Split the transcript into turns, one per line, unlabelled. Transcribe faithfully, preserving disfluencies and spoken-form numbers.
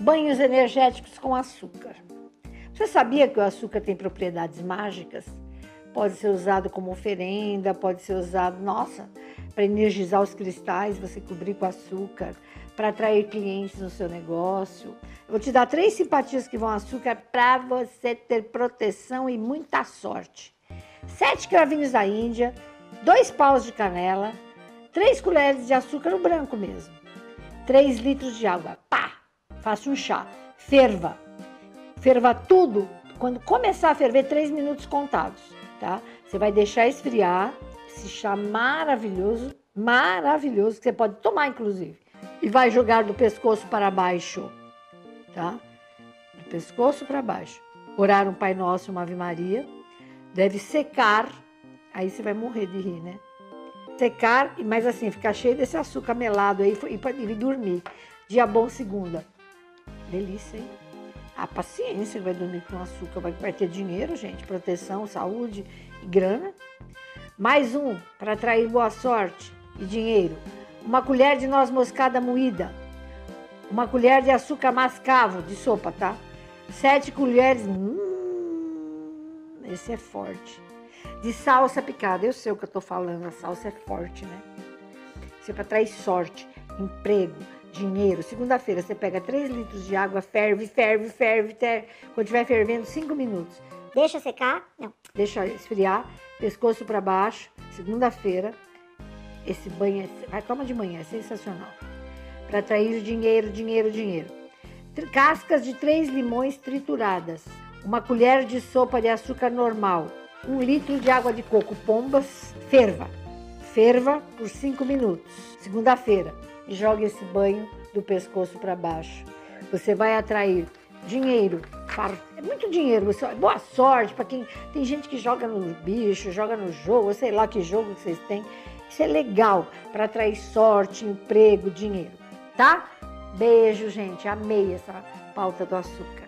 banhos energéticos com açúcar. Você sabia que o açúcar tem propriedades mágicas? Pode ser usado como oferenda, pode ser usado, nossa, para energizar os cristais, você cobrir com açúcar, para atrair clientes no seu negócio. Eu vou te dar três simpatias que vão açúcar para você ter proteção e muita sorte. Sete cravinhos da Índia, dois paus de canela, três colheres de açúcar no branco mesmo, três litros de água. Pá! Faça um chá. Ferva. Ferva tudo. Quando começar a ferver, três minutos contados, tá? Você vai deixar esfriar esse chá maravilhoso, maravilhoso, que você pode tomar, inclusive. E vai jogar do pescoço para baixo, tá? Do pescoço para baixo. Orar um Pai Nosso, uma Ave Maria. Deve secar. Aí você vai morrer de rir, né? Secar, mas assim, ficar cheio desse açúcar melado aí e pode ir dormir. Dia bom, segunda. Delícia, hein? A paciência vai dormir com açúcar, vai, vai ter dinheiro, gente, proteção, saúde e grana. Mais um, para atrair boa sorte e dinheiro. Uma colher de noz moscada moída. Uma colher de açúcar mascavo, de sopa, tá? Sete colheres, hum, esse é forte. De salsa picada, eu sei o que eu tô falando, a salsa é forte, né? Isso é para atrair sorte, emprego, dinheiro. Segunda-feira você pega três litros de água, ferve, ferve, ferve, ferve. Quando estiver fervendo, cinco minutos.
Deixa secar? Não.
Deixa esfriar, pescoço para baixo. Segunda-feira, esse banho, é, vai, toma de manhã, é sensacional. Para atrair dinheiro, dinheiro, dinheiro. Cascas de três limões trituradas. Uma colher de sopa de açúcar normal. Um litro de água de coco, pombas, ferva. Ferva por cinco minutos. Segunda-feira. Jogue esse banho do pescoço para baixo. Você vai atrair dinheiro, é muito dinheiro, boa sorte para quem tem gente que joga no bicho, joga no jogo, sei lá que jogo que vocês têm. Isso é legal para atrair sorte, emprego, dinheiro, tá? Beijo, gente. Amei essa pauta do açúcar.